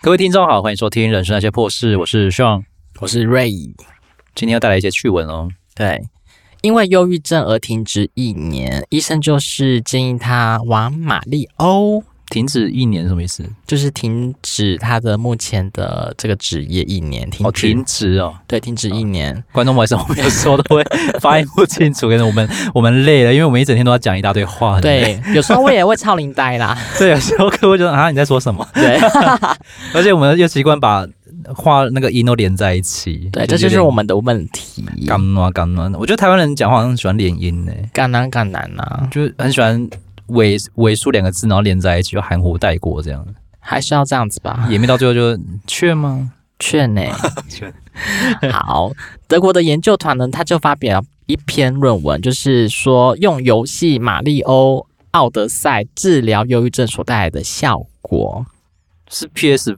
各位听众好，欢迎收听《人生那些破事》，我是 Sean， 我是 Ray， 今天要带来一些趣闻哦。 对，因为忧郁症而停职1年，医生就是建议他往马里欧。 停止1年什么意思？ 就是停止他的目前的这个职业1年， 停职哦， 对，停止1年。 观众不好意思，我们有时候都会发音不清楚，可能我们累了，因为我们一整天都要讲一大堆话。 对，有时候我也会超龄呆啦。 对，有时候客户就说啊你在说什么？ 对， 而且我们又习惯把话那个音都连在一起。 对，这就是我们的问题。 干暖，我觉得台湾人讲话好像喜欢连音呢， 干难啊， 就很喜欢尾数2个字，然后连在一起，就含糊带过这样。 还是要这样子吧？ 演变到最后就确吗？ 确呢。好，德国的研究团呢，他就发表一篇论文，就是说用游戏《马里奥奥德赛》治疗忧郁症所带来的效果。 是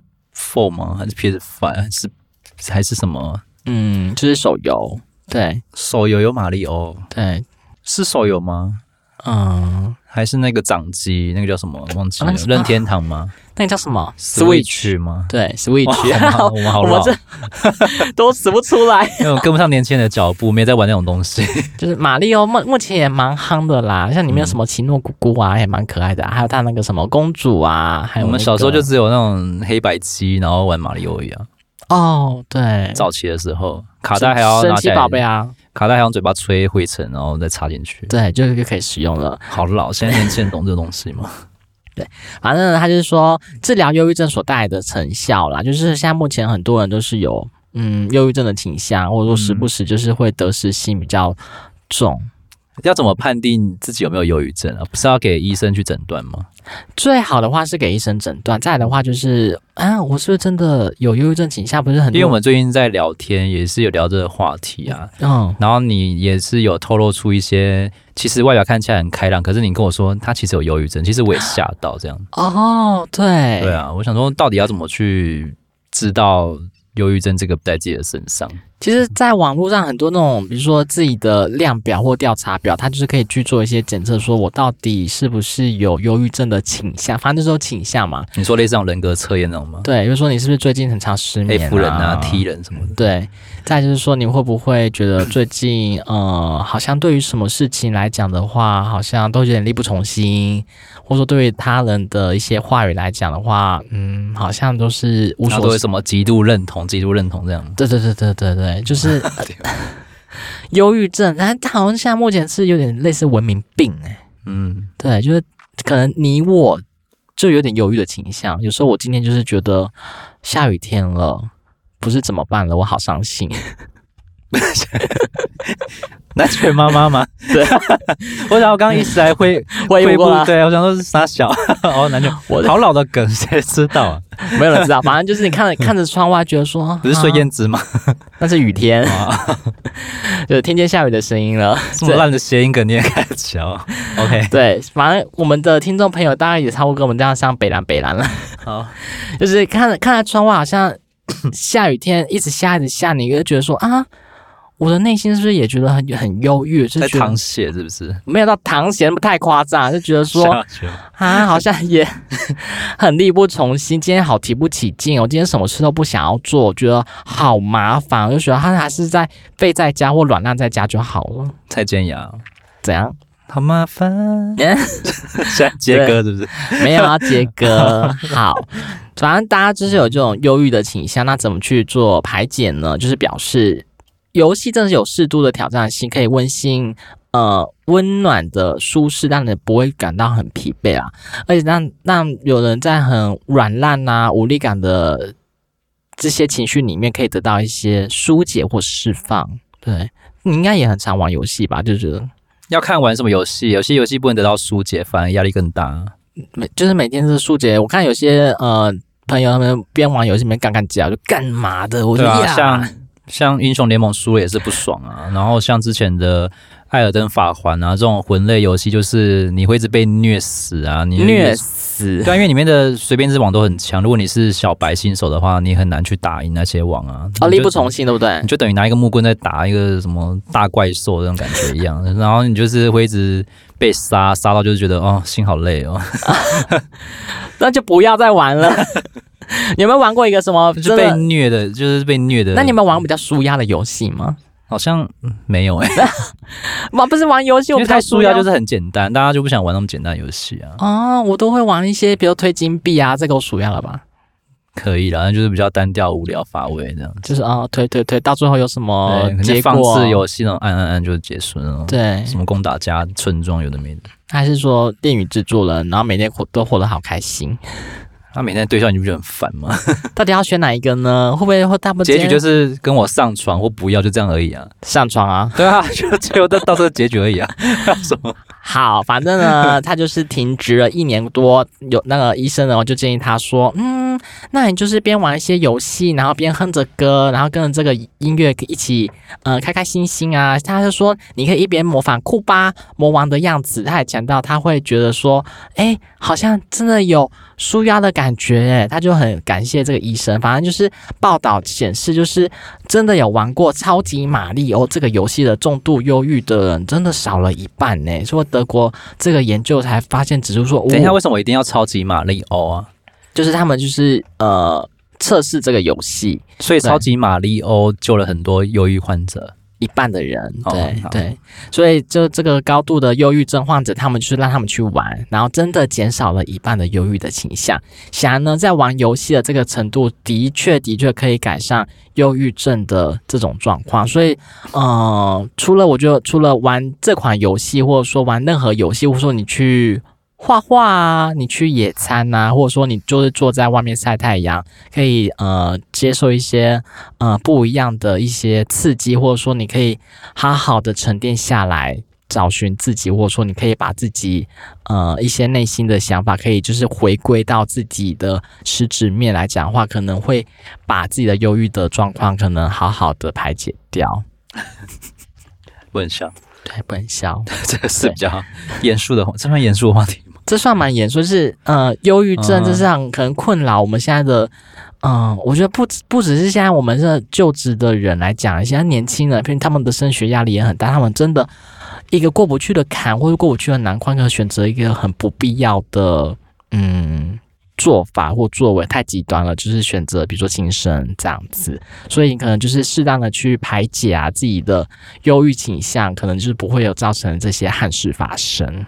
PS4 吗？还是 PS5？还是什么？ 就是手游。对， 手游有马里奥。 对， 是手游吗？还是那个掌机，那个叫什么？忘记了，任天堂吗？ 那个叫什么 ？Switch 吗？ 对 ，Switch。 我们好老， 我们这都死不出来， 因为我跟不上年轻人的脚步，没在玩那种东西。 就是马里奥目前也蛮夯的啦，像里面有什么奇诺姑姑啊，也蛮可爱的，还有他那个什么公主啊，还有、 我们小时候就只有那种黑白机，然后玩马里奥一样。 哦，对， 早期的时候，卡带还要拿起来， 神奇宝贝啊， 卡带还用嘴巴吹灰尘，然后再插进去。 对，就可以使用了。 好老，现在年轻人懂这个东西吗？ 对，反正他就是说治疗忧郁症所带来的成效啦，就是现在目前很多人都是有忧郁症的倾向，或者说时不时就是会得失心比较重。 要怎么判定自己有没有忧郁症啊？不是要给医生去诊断吗？ 最好的话是给医生诊断，再来的话就是我是不是真的有忧郁症倾向？不是很多， 因为我们最近在聊天，也是有聊这个话题啊。然后你也是有透露出一些，其实外表看起来很开朗，可是你跟我说他其实有忧郁症，其实我也吓到这样。 哦，对， 对啊，我想说到底要怎么去知道忧郁症这个不在自己的身上？ 其实在网络上很多那种比如说自己的量表或调查表，它就是可以去做一些检测，说我到底是不是有忧郁症的倾向，反正就是有倾向嘛。 你说类似这种人格测验那种吗？ 对，比如说你是不是最近很常失眠 F 人啊 T 人什么的。 对，再就是说你会不会觉得最近好像对于什么事情来讲的话，好像都有点力不从心，或者说对于他人的一些话语来讲的话，好像都是无所谓， 什么极度认同这样。 对，就是忧郁症，它好像现在目前是有点类似文明病对，就是可能你我就有点忧郁的倾向，有时候我今天就是觉得下雨天了，不是怎么办了，我好伤心。 那是妈妈吗？ 对， 我想我刚刚一时还恢复，对，我想说是傻小，男女好老的梗，谁知道啊？ 没有人知道，反正就是你看着窗外，觉得说不是睡燕子吗？ 那是雨天，就是听见下雨的声音了。 这么烂的谐音梗你也开得起哦 ？OK， 对，反正我们的听众朋友大概也差不多跟我们这样像北兰了。 好， 就是看着窗外，好像下雨天一直下，你就觉得说我的内心是不是也觉得很忧郁？ 在淌血是不是？ 没有到淌血那么太夸张，就觉得说好像也很力不从心。今天好提不起劲，我今天什么事都不想要做，我觉得好麻烦，我就觉得他还是在废在家或软烂在家就好了。 蔡健雅怎样？ 好麻烦，现在接歌是不是？ 没有要接歌。好，反正大家就是有这种忧郁的倾向，那怎么去做排解呢？就是表示游戏真的是有适度的挑战性，可以温馨、温暖的舒适，让人不会感到很疲惫啊。而且让有人在很软烂啊、无力感的这些情绪里面，可以得到一些疏解或释放。对，你应该也很常玩游戏吧？就觉得要看玩什么游戏，有些游戏不能得到疏解，反而压力更大。 就是每天是疏解。我看有些朋友他们边玩游戏边干架，就干嘛的？我觉得像英雄联盟输了也是不爽啊，然后像之前的艾尔登法环啊这种魂类游戏，就是你会一直被虐死啊， 虐死。 对啊，因为里面的随便之王都很强，如果你是小白新手的话，你很难去打赢那些王啊。 力不从心，对不对？ 你就等于拿一个木棍在打一个什么大怪兽那种感觉一样，然后你就是会一直被杀到就是觉得心好累哦。 那就不要再玩了。 你有没有玩过一个什么就是被虐的，就是被虐的？ 那你有没有玩比较舒压的游戏吗？ 好像没有不是玩游戏，我因为太舒压就是很简单，大家就不想玩那么简单的游戏啊。 哦，我都会玩一些，比如推金币啊，这个我舒压了吧？ 可以啦，那就是比较单调、无聊、乏味这样子。 就是推，到最后有什么结果？ 放置游戏那种按就结束那种。 对， 什么攻打家、村庄有的没的。 还是说电影制作人，然后每天都活得好开心？ 他每天对象你不觉得很烦吗？ 到底要选哪一个呢？会不会大部分结局就是跟我上床或不要，就这样而已啊？ 上床啊？ 对啊，就最后到这个结局而已啊。什么？ 好，反正呢，他就是停职了1年多，有那个医生呢就建议他说，那你就是边玩一些游戏，然后边哼着歌，然后跟着这个音乐一起开开心心啊。他就说你可以一边模仿库巴魔王的样子，他也讲到他会觉得说，好像真的有舒压的感觉，他就很感谢这个医生。反正就是报道显示，就是真的有玩过超级马里奥这个游戏的重度忧郁的人真的少了一半呢。说德国这个研究才发现指出说， 等一下，为什么我一定要超级马里奥啊？ 就是他们就是测试这个游戏， 所以超级马里奥救了很多忧郁患者。 一半的人，对，所以就这个高度的忧郁症患者，他们就是让他们去玩，然后真的减少了一半的忧郁的倾向。显然呢，在玩游戏的这个程度，的确可以改善忧郁症的这种状况。所以，除了玩这款游戏，或者说玩任何游戏，或者说你去画画啊，你去野餐啊，或者说你就是坐在外面晒太阳，可以接受一些不一样的一些刺激，或者说你可以好好的沉淀下来，找寻自己，或者说你可以把自己一些内心的想法，可以就是回归到自己的实质面来讲的话，可能会把自己的忧郁的状况可能好好的排解掉。 不很像， 对，不很像， 这个是比较严肃的，这算严肃的话题吗？ 这算蛮严肃，是忧郁症，这是可能困扰我们现在的，我觉得不只是现在我们这就职的人来讲，现在年轻人，因为他们的升学压力也很大，他们真的一个过不去的坎或者过不去的难关，可能选择一个很不必要的做法或作为太极端了，就是选择比如说轻生这样子，所以可能就是适当的去排解啊自己的忧郁倾向，可能就是不会有造成这些憾事发生。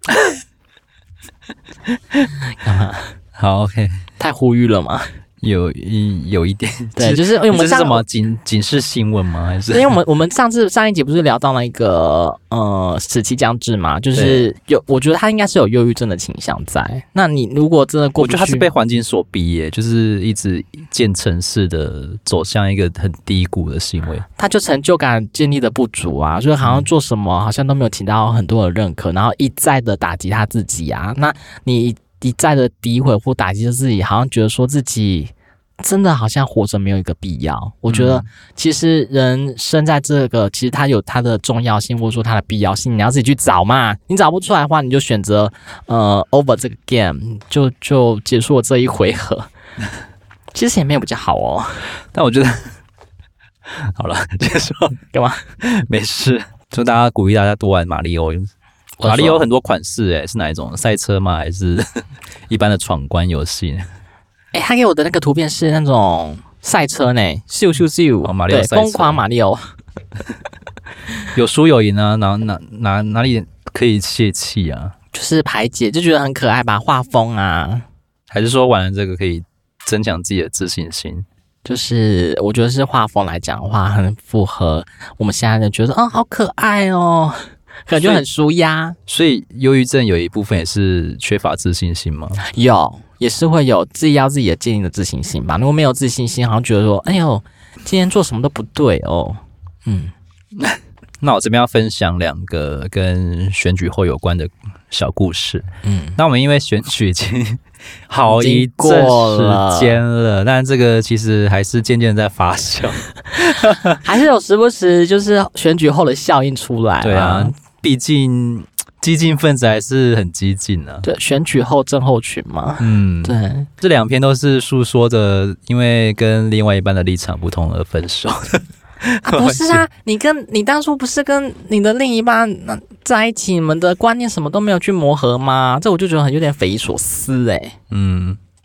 干嘛？ 好 ，OK， 太呼吁了吗？ 有一点， 对，就是因为我们这是什么警示新闻吗？还是因为我们上一集不是聊到那个死期将至嘛？就是我觉得他应该是有忧郁症的倾向在。那你如果真的过不去， 我觉得他是被环境所逼耶，就是一直渐层式的走向一个很低谷的行为。 他就成就感建立的不足啊，就是好像做什么好像都没有请到很多的认可，然后一再的打击他自己啊。那你一再的诋毁或打击自己，好像觉得说自己真的好像活着没有一个必要。我觉得其实人生在这个，其实它有它的重要性，或者说它的必要性，你要自己去找嘛。你找不出来的话，你就选择over 这个 game， 就结束了这一回合。其实也没有比较好哦， 但我觉得好了，结束干嘛？没事，就大家鼓励大家多玩马里奥。马里奥有很多款式是哪一种？赛车吗？还是一般的闯关游戏？ 他给我的那个图片是那种赛车呢，咻咻咻， 马里奥赛车， 疯狂马里奥， 有输有赢啊，哪里可以泄气啊？ 就是排解，就觉得很可爱吧，画风啊， 还是说玩了这个可以增强自己的自信心？ 就是我觉得是画风来讲的话，很符合我们现在的觉得好可爱哦。感觉很舒压， 所以忧郁症有一部分也是缺乏自信心吗？ 也是会有自己要自己的建立的自信心吧。如果没有自信心，好像觉得说，哎呦，今天做什么都不对哦。 那我这边要分享2个跟选举后有关的小故事。那我们因为选举已经好一阵时间了，但这个其实还是渐渐在发酵， 还是有时不时就是选举后的效应出来。 对啊，毕竟激进分子还是很激进啊。 对，选举后症候群嘛。对， 这2篇都是诉说着因为跟另外一半的立场不同而分手的。 不是啊，你当初不是跟你的另一半在一起，你们的观念什么都没有去磨合吗？这我就觉得有点匪夷所思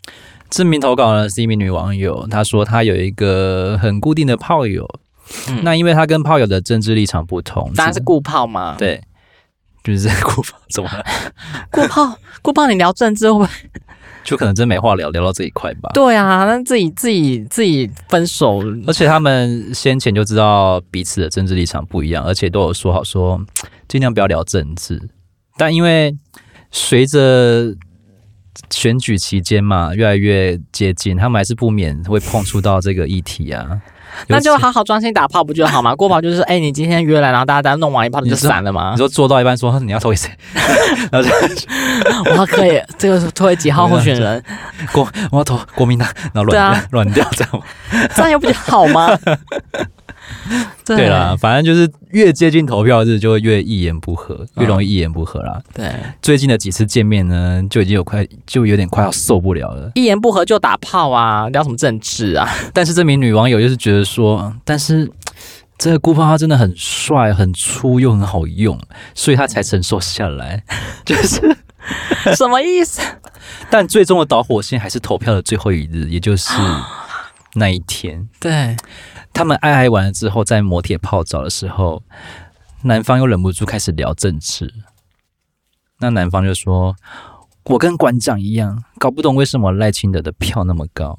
这名投稿呢是一名女网友，她说她有一个很固定的炮友，那因为她跟炮友的政治立场不同， 当然是固炮嘛。 对，就是固炮怎么了？ 固炮，你聊政治会不会？ 就可能真没话聊到这一块吧。 对啊，那自己分手， 而且他们先前就知道彼此的政治立场不一样，而且都有说好说尽量不要聊政治。但因为随着选举期间嘛越来越接近，他们还是不免会碰触到这个议题啊。 那就好好专心打炮不就好吗？过炮就是你今天约来，然后大家弄完一炮就散了吗？ 你说做到一半说你要投给谁？然后就我可以这个投给几号候选人？ 我要投国民党，然后乱掉这样吗？ 这样又不就好吗？ 对啦，反正就是越接近投票日就会越一言不合，越容易一言不合啦。 对， 最近的几次见面呢，就已经有点快要受不了了。 一言不合就打炮啊，聊什么政治啊？ 但是这名女网友就是觉得说，但是这个顾炮他真的很帅、很粗又很好用，所以他才承受下来。就是什么意思？ 但最终的导火线还是投票的最后一日，也就是那一天。 对。 他们爱完了之后，在摩铁泡澡的时候，男方又忍不住开始聊政治。那男方就说：“我跟馆长一样，搞不懂为什么赖清德的票那么高。”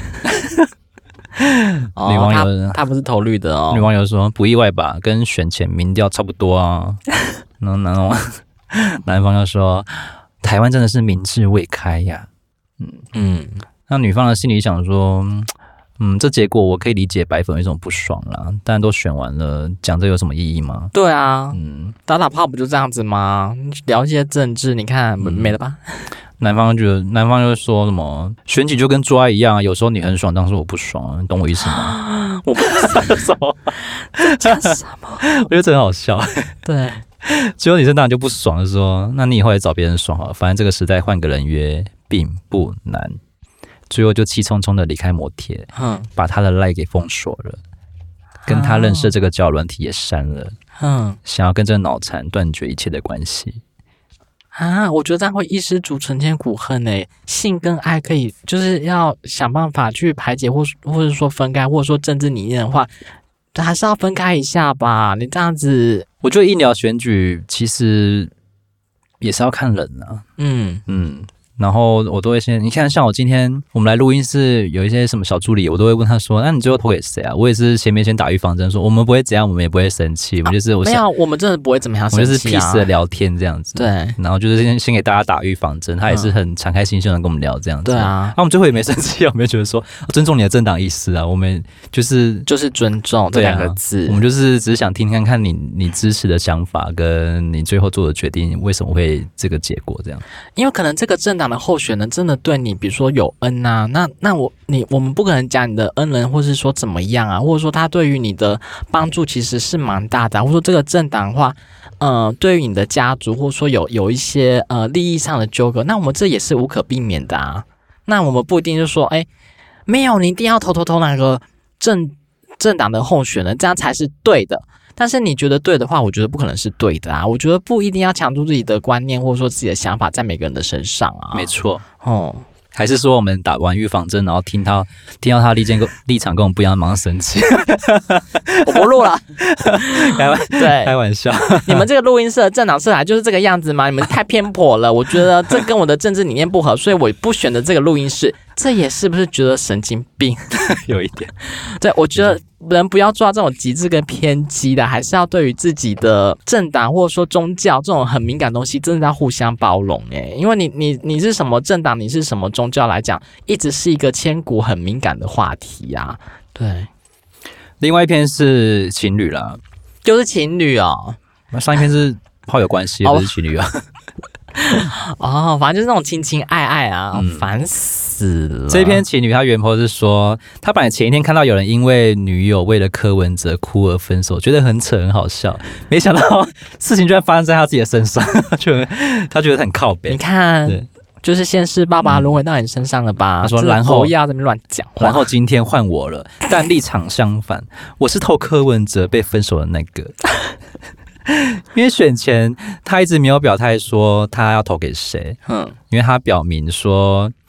女网友他不是投绿的哦。 女网友说：“不意外吧，跟选前民调差不多啊。”然后男方就说：“台湾真的是民智未开呀。”那女方的心里想说。这结果我可以理解白粉有一种不爽啦，但都选完了，讲这有什么意义吗？ 对啊，打炮不就这样子吗？聊一些政治，你看没了吧？男方就说什么选举就跟做爱一样啊，有时候你很爽，当时我不爽啊，你懂我意思吗？ 我不知道什么，这讲什么？ 我觉得这很好笑。 对， 结果女生当然就不爽了，说那你以后也找别人爽好了，反正这个时代换个人约并不难。最后就气冲冲的离开摩铁，把他的赖给封锁了，跟他认识这个交友软体也删了，想要跟这个脑残断绝一切的关系。 我觉得这样会一失足成千古恨诶。性跟爱可以就是要想办法去排解，或者说分开，或者说政治理念的话，还是要分开一下吧。你这样子， 我觉得医疗选举其实也是要看人啊。然后我都会先，你看，像我今天我们来录音室有一些什么小助理，我都会问他说：“那你最后投给谁啊？”我也是前面先打预防针，说我们不会怎样，我们也不会生气，我们就是没有，我们真的不会怎么样生气啊， 我就是 peace 的聊天这样子。 对， 然后就是先给大家打预防针，他也是很敞开心胸的跟我们聊这样子。 对啊， 我们最后也没生气，我们就觉得说尊重你的政党意思啊，我们就是尊重这两个字， 我们就是只是想听看你支持的想法跟你最后做的决定为什么会这个结果这样。 因为可能这个政党的候选人真的对你，比如说有恩啊，那我们不可能讲你的恩人，或是说怎么样啊，或者说他对于你的帮助其实是蛮大的，或者说这个政党的话，对于你的家族，或者说有一些利益上的纠葛，那我们这也是无可避免的啊。那我们不一定就说，没有，你一定要投哪个政党的候选人，这样才是对的。但是你觉得对的话，我觉得不可能是对的啊！我觉得不一定要强出自己的观念，或者说自己的想法在每个人的身上啊。 没错，还是说我们打完预防针，然后听到他立场跟我们不一样，马上生气。 我不录了， 开玩笑。 你们这个录音室的政党色彩就是这个样子吗？你们太偏颇了，我觉得这跟我的政治理念不合，所以我不选择这个录音室。这也是不是觉得神经病？ 有一点。对， 我觉得人不要做到这种极致跟偏激的，还是要对于自己的政党或者说宗教这种很敏感的东西，真的要互相包容因为你是什么政党，你是什么宗教来讲，一直是一个千古很敏感的话题啊。对， 另外一篇是情侣啦， 就是情侣哦。 上一篇是炮友关系，不是情侣啊。 反正就是那种情情爱爱啊，烦死了。 这篇情侣他原 po 是说，他本来前一天看到有人因为女友为了柯文哲哭而分手，觉得很扯很好笑，没想到事情居然发生在他自己的身上，他觉得很靠北。 你看，就是现世爸爸轮回到你身上了吧？ 他说，然后要这么乱讲话， 然后今天换我了，但立场相反，我是投柯文哲被分手的那个。因为选前他一直没有表态说他要投给谁，因为他表明说，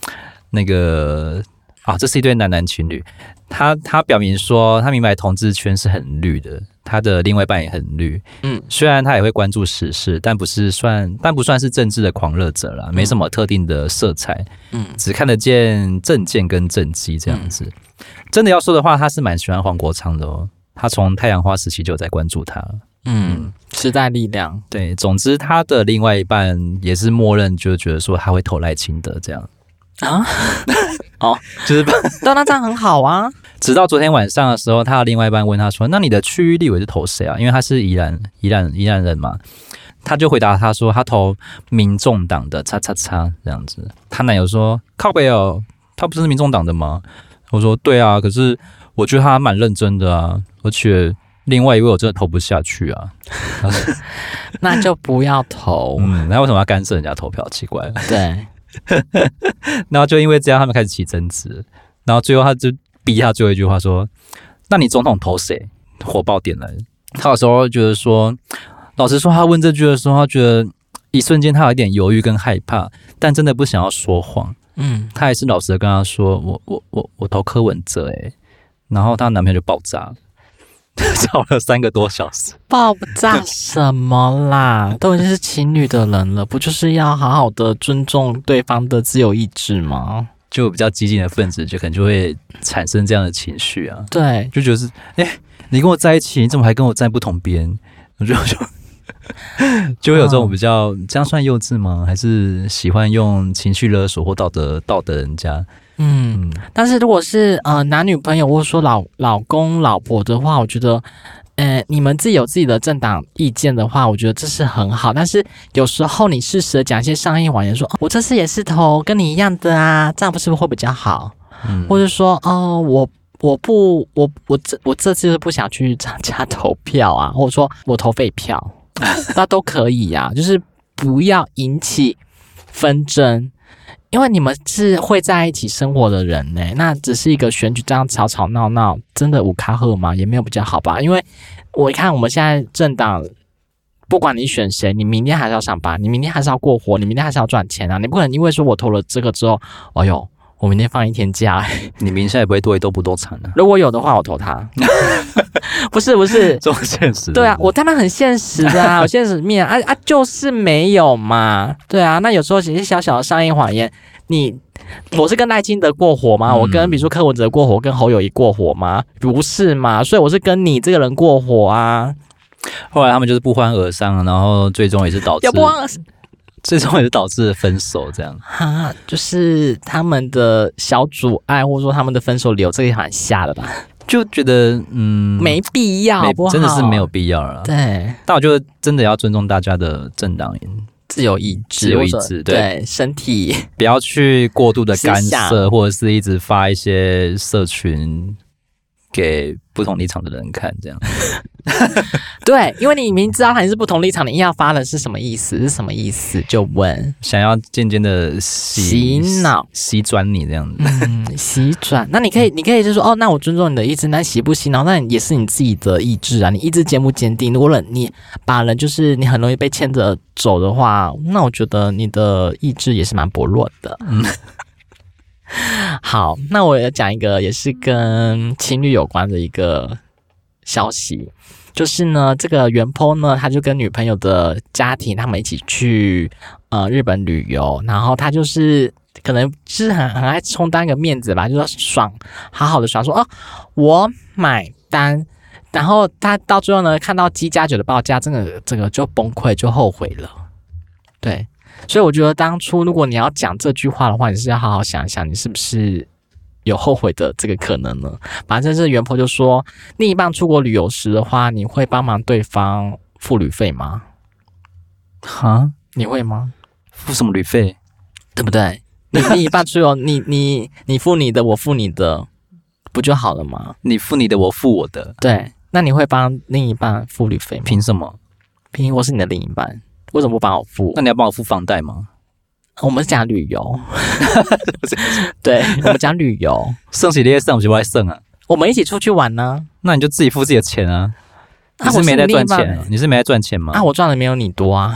那个这是一对男情侣，他表明说他明白同志圈是很绿的，他的另外一半也很绿。虽然他也会关注时事，但不算是政治的狂热者啦，没什么特定的色彩。只看得见政见跟政绩这样子。真的要说的话，他是蛮喜欢黄国昌的哦。他从太阳花时期就有在关注他。 时代力量。 对，总之他的另外一半也是默认就觉得说他会投赖清德这样。就是对，那这样很好啊。 直到昨天晚上的时候，他的另外一半问他说：“那你的区域立委是投谁啊？”因为他是宜兰人嘛，他就回答他说：“他投民众党的叉叉叉这样子。”他男友说：“靠北哦，他不是民众党的吗？”我说：“对啊，可是我觉得他蛮认真的啊，而且另外一位我真的投不下去啊。” 那就不要投。 那为什么要干涉人家投票？奇怪了。 对。 然后就因为这样，他们开始起争执，然后最后他就逼他最后一句话说：“那你总统投谁？”火爆点来。他有时候觉得说，老实说，他问这句的时候，他觉得一瞬间他有一点犹豫跟害怕，但真的不想要说谎。他还是老实的跟他说：“我投柯文哲。”然后她男朋友就爆炸，吵了3个多小时。 爆炸什么啦？都已经是情侣的人了，不就是要好好的尊重对方的自由意志吗？ 就比较激进的分子，就可能就会产生这样的情绪啊。 对， 就觉得是，你跟我在一起，你怎么还跟我站不同边？就会有这种比较，这样算幼稚吗？还是喜欢用情绪勒索或道德人家？ 但是如果是男女朋友或者说老公老婆的话，我觉得你们自己有自己的政党意见的话，我觉得这是很好。但是有时候你适时的讲一些商业谎言，说我这次也是投跟你一样的啊，这样不是会比较好？或者说我这次不想去参加投票啊，或者说我投废票，那都可以啊，就是不要引起纷争。因为你们是会在一起生活的人呢，那只是一个选举这样吵吵闹闹，真的无卡赫吗？也没有比较好吧。因为我看我们现在政党，不管你选谁，你明天还是要上班，你明天还是要过活，你明天还是要赚钱啊！你不可能因为说我投了这个之后，哎呦，我明天放1天假， 你名下也不会多一都不多惨啊。 如果有的话，我投他。不是， 这么现实。 对啊，我当然很现实的啊，我现实面就是没有嘛。对啊，那有时候只是小小的商业谎言。我是跟赖清德过火吗？我跟比如说柯文哲过火，跟侯友宜过火吗？不是嘛，所以我是跟你这个人过火啊。 后来他们就是不欢而散，然后最终也是导致分手这样。 就是他们的小阻碍，或者说他们的分手理由，这个也蛮瞎的吧？ 就觉得没必要，好不好？ 真的是没有必要了。 对， 但我觉得真的要尊重大家的政党自由意志，对身体不要去过度的干涉，或者是一直发一些社群给不同立场的人看，这样。 对，因为你明知道他是不同立场，你硬要发的是什么意思？就问， 想要渐渐的洗脑、 洗转你这样子。 洗转。那你可以就说那我尊重你的意志，那洗不洗脑，那也是你自己的意志啊。你意志坚不坚定？如果你把人就是你很容易被牵着走的话，那我觉得你的意志也是蛮薄弱的。好，那我要讲一个也是跟情侣有关的一个消息，就是呢，这个原 po 呢，他就跟女朋友的家庭他们一起去日本旅游，然后他就是可能就是很爱充当一个面子吧，就说爽，好好的爽，说我买单，然后他到最后呢，看到G+9的报价，这个就崩溃，就后悔了，对。所以我觉得当初如果你要讲这句话的话，你是要好好想一想，你是不是有后悔的这个可能呢？反正是原 po 就说，另一半出国旅游时的话，你会帮忙对方付旅费吗？你会吗？ 付什么旅费？ 对不对？你另一半出游，你付你的，我付你的，不就好了吗？ 你付你的，我付我的。 对，那你会帮另一半付旅费吗？ 凭什么？ 凭我是你的另一半。为什么不帮我付？ 那你要帮我付房贷吗？ 我们是讲旅游，对，我们讲旅游， 剩起这些剩，我就不爱剩啊。 我们一起出去玩呢， 那你就自己付自己的钱啊。你是没在赚钱，你是没在赚钱吗？ 我赚的没有你多啊。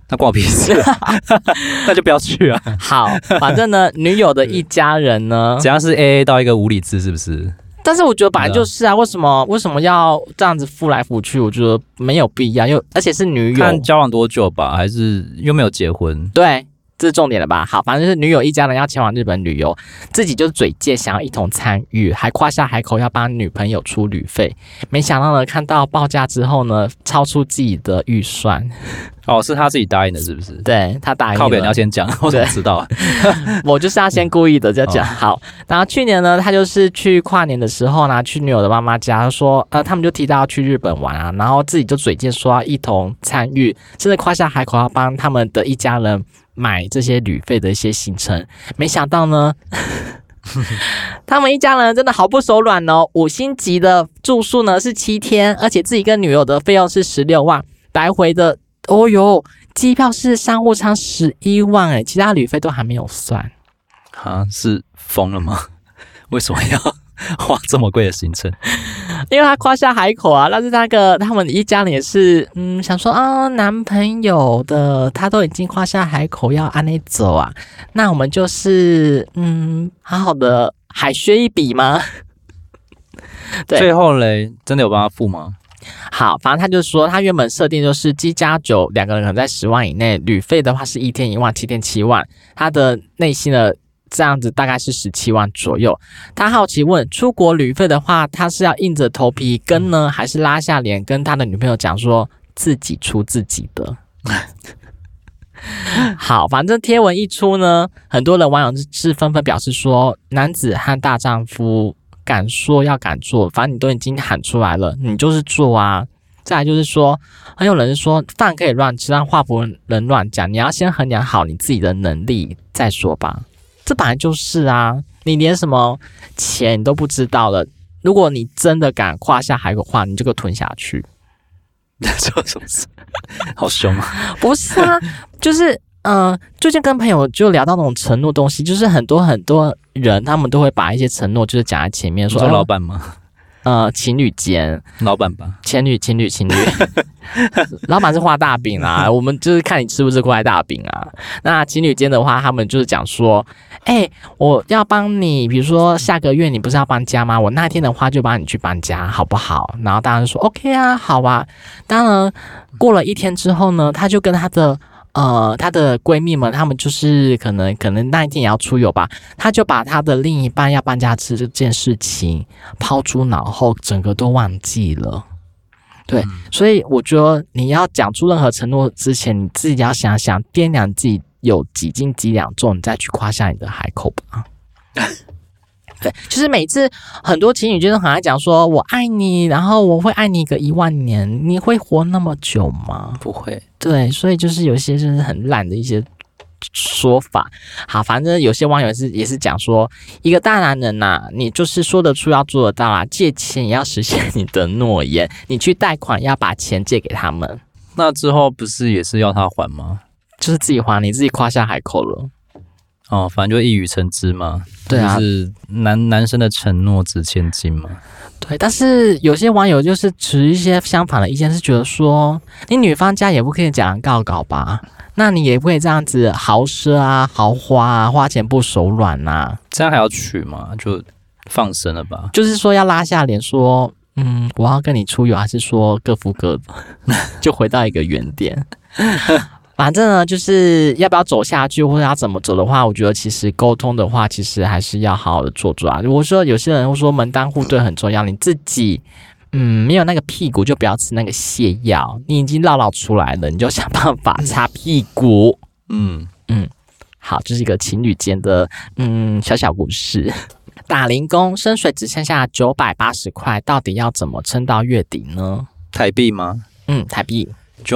那关我屁事，那就不要去啊。 好，反正呢，女友的一家人呢， 怎样是 AA 到一个无理智，是不是？ 但是我觉得本来就是啊，为什么要这样子付来付去？我觉得没有必要，而且是女友， 看交往多久吧，还是又没有结婚？ 对。这是重点了吧？好，反正就是女友一家人要前往日本旅游，自己就是嘴贱想要一同参与，还夸下海口要帮女朋友出旅费。没想到呢，看到报价之后呢，超出自己的预算。 哦，是他自己答应的，是不是？ 对，他答应了。 靠北你要先讲，我怎么知道啊？ 我就是要先故意的在讲。好，然后去年呢，他就是去跨年的时候呢，去女友的妈妈家，说他们就提到要去日本玩啊，然后自己就嘴贱说要一同参与，甚至夸下海口要帮他们的一家人买这些旅费的一些行程。没想到呢，他们一家人真的好不手软哦，5星级的住宿呢是7天，而且自己跟女友的费用是16万，来回的。哦哟，机票是商务舱11万哎，其他旅费都还没有算。 啊，是疯了吗？为什么要花这么贵的行程？ 因为他夸下海口啊，但是他们一家人也是想说啊，男朋友的他都已经夸下海口要按那走啊，那我们就是好好的海削一笔吗？对， 最后嘞，真的有帮他付吗？ 好，反正他就说，他原本设定就是7加9，两个人可能在10万以内，旅费的话是1天1万，7天7万，他的内心的这样子大概是17万左右。他好奇问，出国旅费的话，他是要硬着头皮跟呢，还是拉下脸跟他的女朋友讲说自己出自己的？好，反正贴文一出呢，很多人网友是纷纷表示说，男子汉大丈夫。敢说要敢做，反正你都已经喊出来了，你就是做啊。再来就是说，还有人说饭可以乱吃，但话不能乱讲，你要先衡量好你自己的能力再说吧。这本来就是啊，你连什么钱你都不知道了，如果你真的敢夸下海口的话，你就给我吞下去。 做什么事？好凶啊！ 不是啊，就是最近跟朋友就聊到那种承诺东西，就是很多人他们都会把一些承诺就是讲在前面， 说老板吗？ 情侣间， 老板吧， 情侣，老板是画大饼啊，我们就是看你吃不吃块大饼啊。那情侣间的话，他们就是讲说，我要帮你，比如说下个月你不是要搬家吗？我那天的话就帮你去搬家，好不好？然后当然说 OK 啊，好啊。当然过了1天之后呢，他就跟她的闺蜜们，她们就是可能那一天也要出游吧，她就把她的另一半要搬家这件事情抛诸脑后，整个都忘记了。对，所以我觉得你要讲出任何承诺之前，你自己要想想掂量自己有几斤几两重，你再去夸下你的海口吧。对，就是每次很多情侣就是很爱讲说我爱你，然后我会爱你个10000年，你会活那么久吗？ 不会。 对，所以就是有一些就是很烂的一些说法。好，反正有些网友也是讲说，一个大男人呐，你就是说得出要做得到啦，借钱也要实现你的诺言，你去贷款要把钱借给他们。 那之后不是也是要他还吗？ 就是自己还，你自己夸下海口了。 哦，反正就一语成之嘛。 对啊， 就是男生的承诺值千金嘛。 对，但是有些网友就是持一些相反的意见，是觉得说，你女方家也不可以讲告吧，那你也不可以这样子豪奢啊、豪花啊、花钱不手软啊， 这样还要娶吗？就放生了吧。 就是说要拉下脸说，我要跟你出游，还是说各付各的，就回到一个原点。反正呢，就是要不要走下去，或者要怎么走的话，我觉得其实沟通的话，其实还是要好好的做啊。如果说有些人会说门当户对很重要，你自己没有那个屁股，就不要吃那个泻药。你已经绕出来了，你就想办法擦屁股。好，这是一个情侣间的小故事。打零工，薪水只剩下980块，到底要怎么撑到月底呢？ 台币吗？ 台币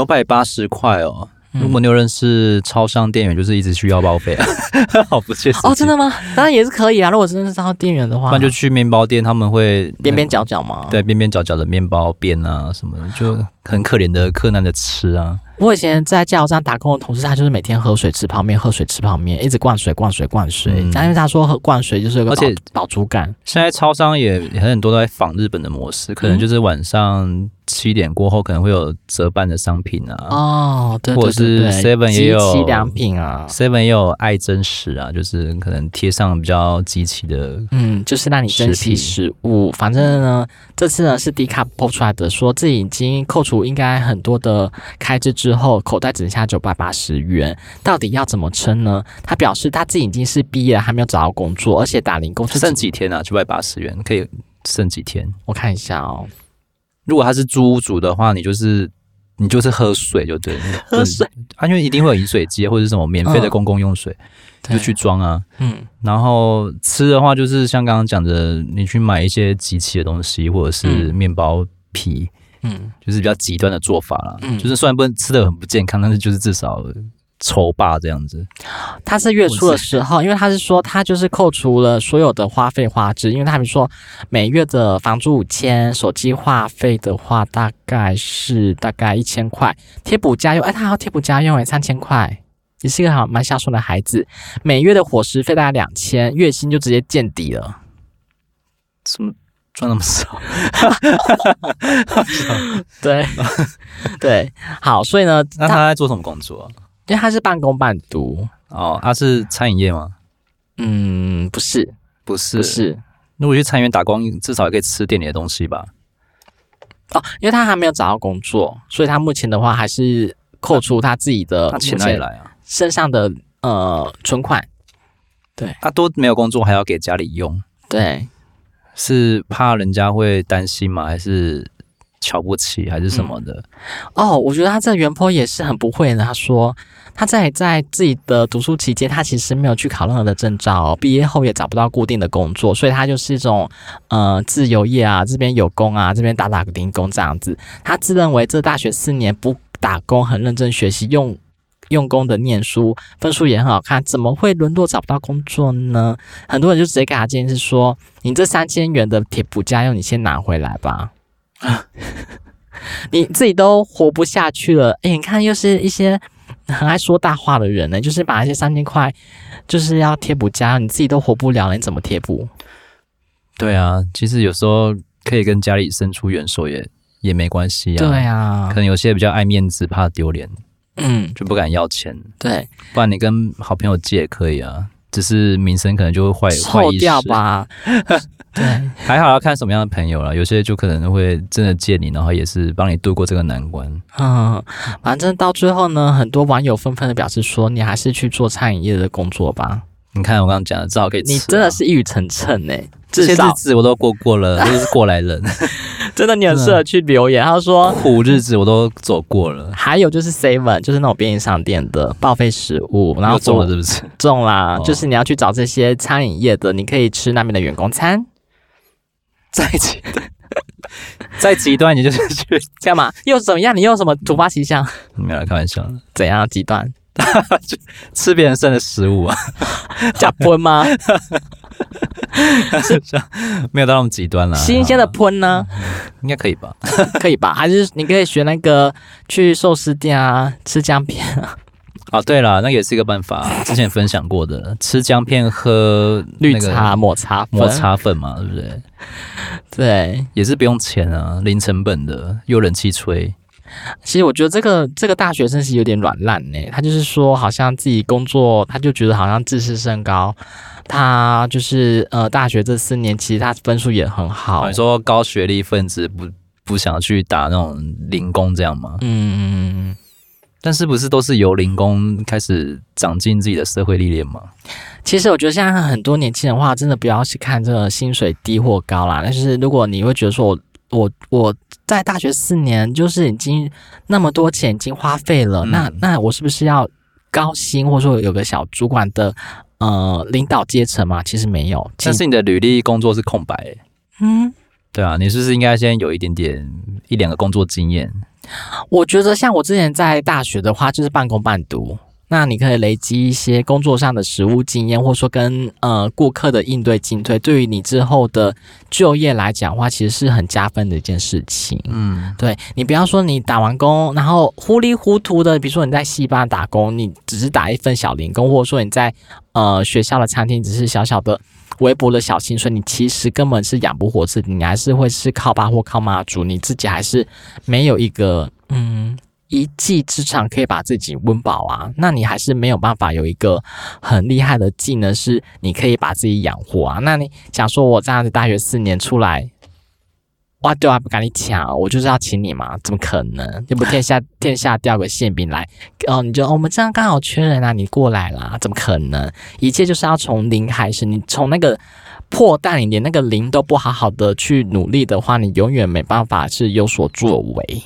980块哦。如果你有认识超商店员，就是一直去要报费啊，好不切实际哦，真的吗？当然也是可以啊。如果真的是超商店员的话， 不然就去面包店，他们会边边角角吗？ 对，边边角角的面包边啊什么的，就很可怜的克难的吃啊。 我以前在加油站打工的同事，他就是每天喝水吃泡面，一直灌水。因为他说灌水就是有个饱足感。 现在超商也很多都在仿日本的模式，可能就是晚上 7点过后可能会有折半的商品啊， 对， 或者是 Seven 也有机器良品啊 ，Seven 也有爱真实啊，就是可能贴上比较机器的， 就是让你珍惜食物。反正呢，这次呢是迪卡抛出来的，说自己已经扣除应该很多的开支之后，口袋只剩下980元，到底要怎么撑呢？他表示他自己已经是毕业了，还没有找到工作，而且打零工剩几天啊？980元可以剩几天？ 我看一下哦。 如果他是租屋主的话，你就是喝水就对了， 喝水， 因为一定会有饮水机或者是什么免费的公共用水，就去装啊。然后吃的话，就是像刚刚讲的，你去买一些集齐的东西，或者是面包皮，就是比较极端的做法啦。就是虽然不能吃的很不健康，但是就是至少筹霸这样子。 他是月初的时候，因为他是说他就是扣除了所有的花费花支，因为他们说每月的房租5000，手机话费的话大概1000块，贴补家用，他还要贴补家用3000块，也是一个蛮孝顺的孩子。每月的伙食费大概2000，月薪就直接见底了。 怎么赚那么少？ 对对，好，所以呢， 那他在做什么工作啊？ 因为他是半工半读。 他是餐饮业吗？ 不是。 如果去餐饮业打工，至少也可以吃店里的东西吧？ 因为他还没有找到工作，所以他目前的话还是扣除他自己的钱哪里来啊？ 身上的存款。对， 他都没有工作还要给家里用。 对， 是怕人家会担心吗？还是瞧不起还是什么的？ 我觉得他这个原 po 也是很不会的。他说他在自己的读书期间，他其实没有去考任何的证照，毕业后也找不到固定的工作，所以他就是一种自由业啊，这边有工啊，这边打零工这样子。他自认为这大学4年不打工，很认真学习，用功的念书，分数也很好看，怎么会沦落找不到工作呢？很多人就直接给他建议是说，你这3000元的贴补家用，你先拿回来吧。你自己都活不下去了，你看又是一些很爱说大话的人呢，就是把那些3000块就是要贴补家，你自己都活不了了，你怎么贴补？ 对啊，其实有时候可以跟家里伸出援手也没关系啊。 对啊， 可能有些比较爱面子，怕丢脸，就不敢要钱。 对， 不然你跟好朋友借也可以啊，只是名声可能就会坏臭掉吧。对， 还好要看什么样的朋友啦，有些就可能会真的借你，然后也是帮你度过这个难关。 反正到最后呢，很多网友纷纷的表示说，你还是去做餐饮业的工作吧。 你看我刚刚讲的，至少可以吃。 你真的是一语成谶欸， 这些日子我都过了，都是过来人。 真的，你很适合去留言。他说苦日子我都走过了。 还有就是 Seven， 就是那种便利商店的报废食物，然后中了是不是？ 中啦，就是你要去找这些餐饮业的，你可以吃那边的员工餐。再极端，你就是去干嘛？又怎么样？你又有什么突发奇想？ 没有，开玩笑的。 怎样极端？ 吃别人剩的食物啊？ 假喷吗？ 没有到那么极端啦。 新鲜的喷呢？ 应该可以吧？ 可以吧？还是你可以学那个去寿司店啊，吃姜片啊？ 对了，那也是一个办法，之前分享过的，吃姜片喝绿茶抹茶粉嘛，对不对？ 对， 也是不用钱啊，零成本的，又冷气吹。 其实我觉得这个大学生是有点软烂呢，他就是说好像自己工作，他就觉得好像自视甚高。他就是大学这4年，其实他分数也很好。 你说高学历分子不想去打那种零工这样吗？但是不是都是由零工开始长进自己的社会历练吗？ 其实我觉得现在很多年轻人的话，真的不要去看这个薪水低或高啦。但是如果你会觉得说我在大学4年就是已经那么多钱已经花费了，那我是不是要高薪，或者说有个小主管的领导阶层嘛？其实没有， 但是你的履历工作是空白对啊，你是不是应该先有1-2个工作经验？ 我觉得像我之前在大学的话，就是半工半读。那你可以累积一些工作上的实务经验，或者说跟顾客的应对进退，对于你之后的就业来讲的话，其实是很加分的一件事情。对，你不要说你打完工，然后糊里糊涂的，比如说你在戏班打工，你只是打一份小零工，或者说你在学校的餐厅只是小小的微薄的小薪水，你其实根本是养不活自己，你还是会是靠爸或靠妈煮，你自己还是没有一个一技之长可以把自己温饱啊，那你还是没有办法有一个很厉害的技能是你可以把自己养活啊。那你想说我这样子大学4年出来，哇，对啊，不跟你抢，我就是要请你嘛，怎么可能？要不天下掉个馅饼来，你就我们这样刚好缺人啊，你过来啦，怎么可能？一切就是要从零开始，你从那个破蛋，你连那个零都不好好的去努力的话，你永远没办法是有所作为。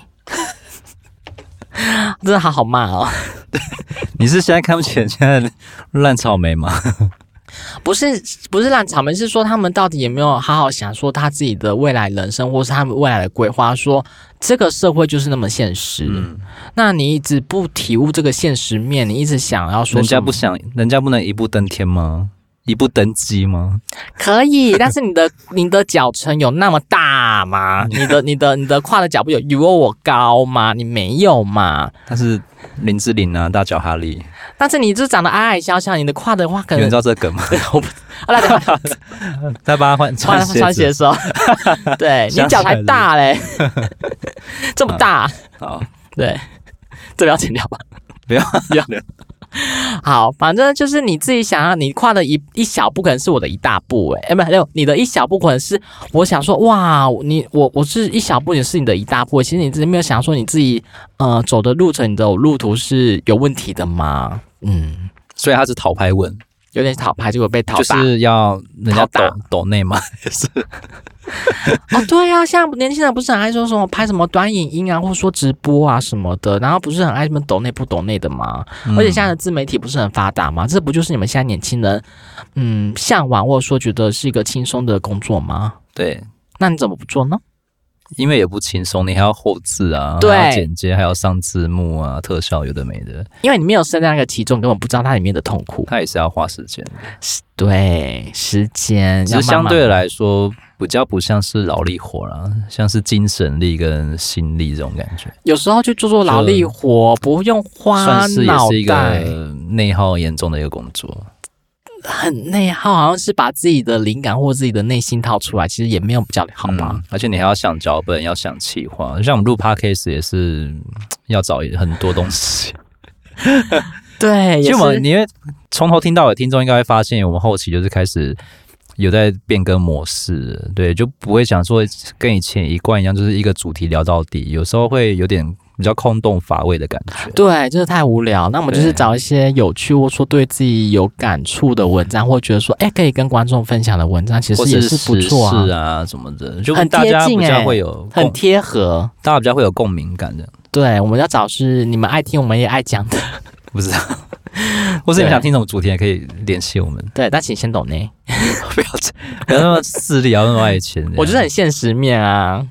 真的好骂哦！ 你是现在看不起现在的烂草莓吗？ 不是烂草莓，是说他们到底有没有好好想说他自己的未来人生，或是他们未来的规划？说这个社会就是那么现实，那你一直不体悟这个现实面，你一直想要说人家不能一步登天吗？一步登基吗？ 可以，但是你的脚程有那么大吗？你的跨的脚步有我高吗？你没有嘛？ 他是林志玲啊，大脚哈利。 但是你就长得矮矮小小，你的跨的话可能有人知道这个梗吗？ 我不， 再帮他穿鞋的时候，对你脚才大嘞，这么大。 好， 对，这不要剪掉吧？ 不要。 好，反正就是你自己想要，你跨的一小步可能是我的一大步，不，你的一小步可能是我想说，哇，我是一小步也是你的一大步，其实你自己没有想说你自己走的路程，你的路途是有问题的吗？ 所以他是讨拍文， 有点讨拍，结果被讨打， 就是要人家抖内嘛，也是。 对啊，像年轻人不是很爱说什么拍什么短影音啊，或者说直播啊什么的，然后不是很爱什么抖内不抖内的吗？而且现在的自媒体不是很发达吗？这不就是你们现在年轻人向往或者说觉得是一个轻松的工作吗？ 对， 那你怎么不做呢？ 因为也不轻松，你还要后制啊， 对， 还要剪接，还要上字幕啊，特效有的没的。 因为你没有身在那个其中，根本不知道它里面的痛苦。 它也是要花时间的。 对，时间。 只是相对来说，比较不像是劳力活啦，像是精神力跟心力这种感觉。 有时候去做劳力活，不用花脑袋， 算是也是一个内耗严重的一个工作。 很内耗，好像是把自己的灵感或自己的内心掏出来，其实也没有比较好吧。 而且你还要想脚本，要想企划，像我们录 podcast 也是要找很多东西。 对， 其实我们因为从头听到尾，听众应该会发现，我们后期就是开始有在变更模式，对，就不会想说跟以前一贯一样，就是一个主题聊到底，有时候会有点比较空洞乏味的感觉。 对，就是太无聊。那我们就是找一些有趣或说对自己有感触的文章，或觉得说可以跟观众分享的文章，其实也是不错啊。 是啊，什么的，就很大家比较会有很贴合， 大家比较会有共鸣感的。 对，我们要找是你们爱听，我们也爱讲的。 不知道，或是你们想听什么主题，也可以联系我们。 对，但请先懂呢， 不要那么势利，要那么爱钱。 我就是很现实面啊。